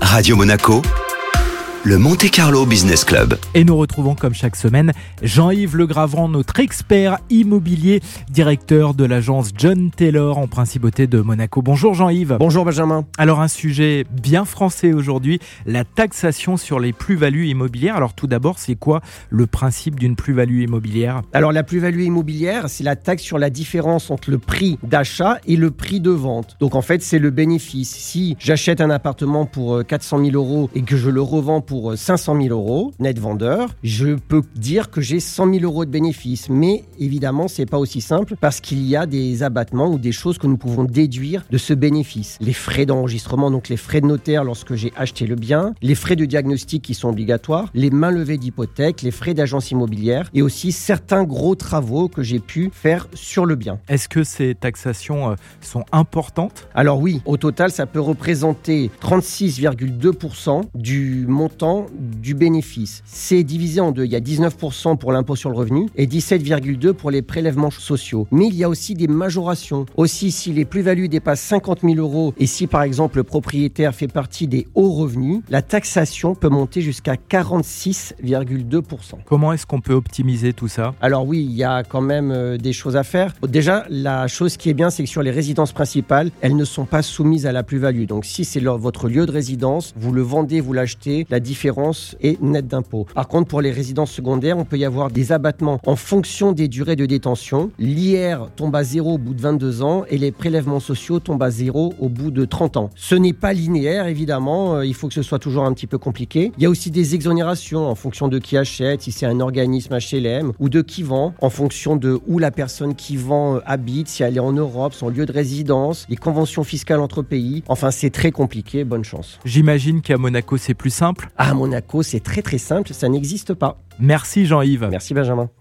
Radio Monaco, le Monte Carlo Business Club. Et nous retrouvons comme chaque semaine Jean-Yves Legravant, notre expert immobilier, directeur de l'agence John Taylor en Principauté de Monaco. Bonjour Jean-Yves. Bonjour Benjamin. Alors un sujet bien français aujourd'hui, la taxation sur les plus-values immobilières. Alors tout d'abord, c'est quoi le principe d'une plus-value immobilière ? Alors la plus-value immobilière, c'est la taxe sur la différence entre le prix d'achat et le prix de vente. Donc en fait, c'est le bénéfice. Si j'achète un appartement pour 400 000 euros et que je le revends pour 500 000 euros, net vendeur, je peux dire que j'ai 100 000 euros de bénéfice. Mais évidemment, c'est pas aussi simple parce qu'il y a des abattements ou des choses que nous pouvons déduire de ce bénéfice. Les frais d'enregistrement, donc les frais de notaire lorsque j'ai acheté le bien, les frais de diagnostic qui sont obligatoires, les mainlevées d'hypothèque, les frais d'agence immobilière et aussi certains gros travaux que j'ai pu faire sur le bien. Est-ce que ces taxations sont importantes ? Alors oui, au total, ça peut représenter 36,2% du montant du bénéfice. C'est divisé en deux. Il y a 19% pour l'impôt sur le revenu et 17,2% pour les prélèvements sociaux. Mais il y a aussi des majorations. Aussi, si les plus-values dépassent 50 000 euros et si par exemple le propriétaire fait partie des hauts revenus, la taxation peut monter jusqu'à 46,2%. Comment est-ce qu'on peut optimiser tout ça ? Alors oui, il y a quand même des choses à faire. Déjà, la chose qui est bien, c'est que sur les résidences principales, elles ne sont pas soumises à la plus-value. Donc si c'est votre lieu de résidence, vous le vendez, vous l'achetez, la différence est nette d'impôt. Par contre, pour les résidences secondaires, on peut y avoir des abattements en fonction des durées de détention. L'IR tombe à 0 au bout de 22 ans et les prélèvements sociaux tombent à 0 au bout de 30 ans. Ce n'est pas linéaire, évidemment. Il faut que ce soit toujours un petit peu compliqué. Il y a aussi des exonérations en fonction de qui achète, si c'est un organisme HLM ou de qui vend, en fonction de où la personne qui vend habite, si elle est en Europe, son lieu de résidence, les conventions fiscales entre pays. Enfin, c'est très compliqué. Bonne chance. J'imagine qu'à Monaco, c'est plus simple. À Monaco, c'est très très simple, ça n'existe pas. Merci Jean-Yves. Merci Benjamin.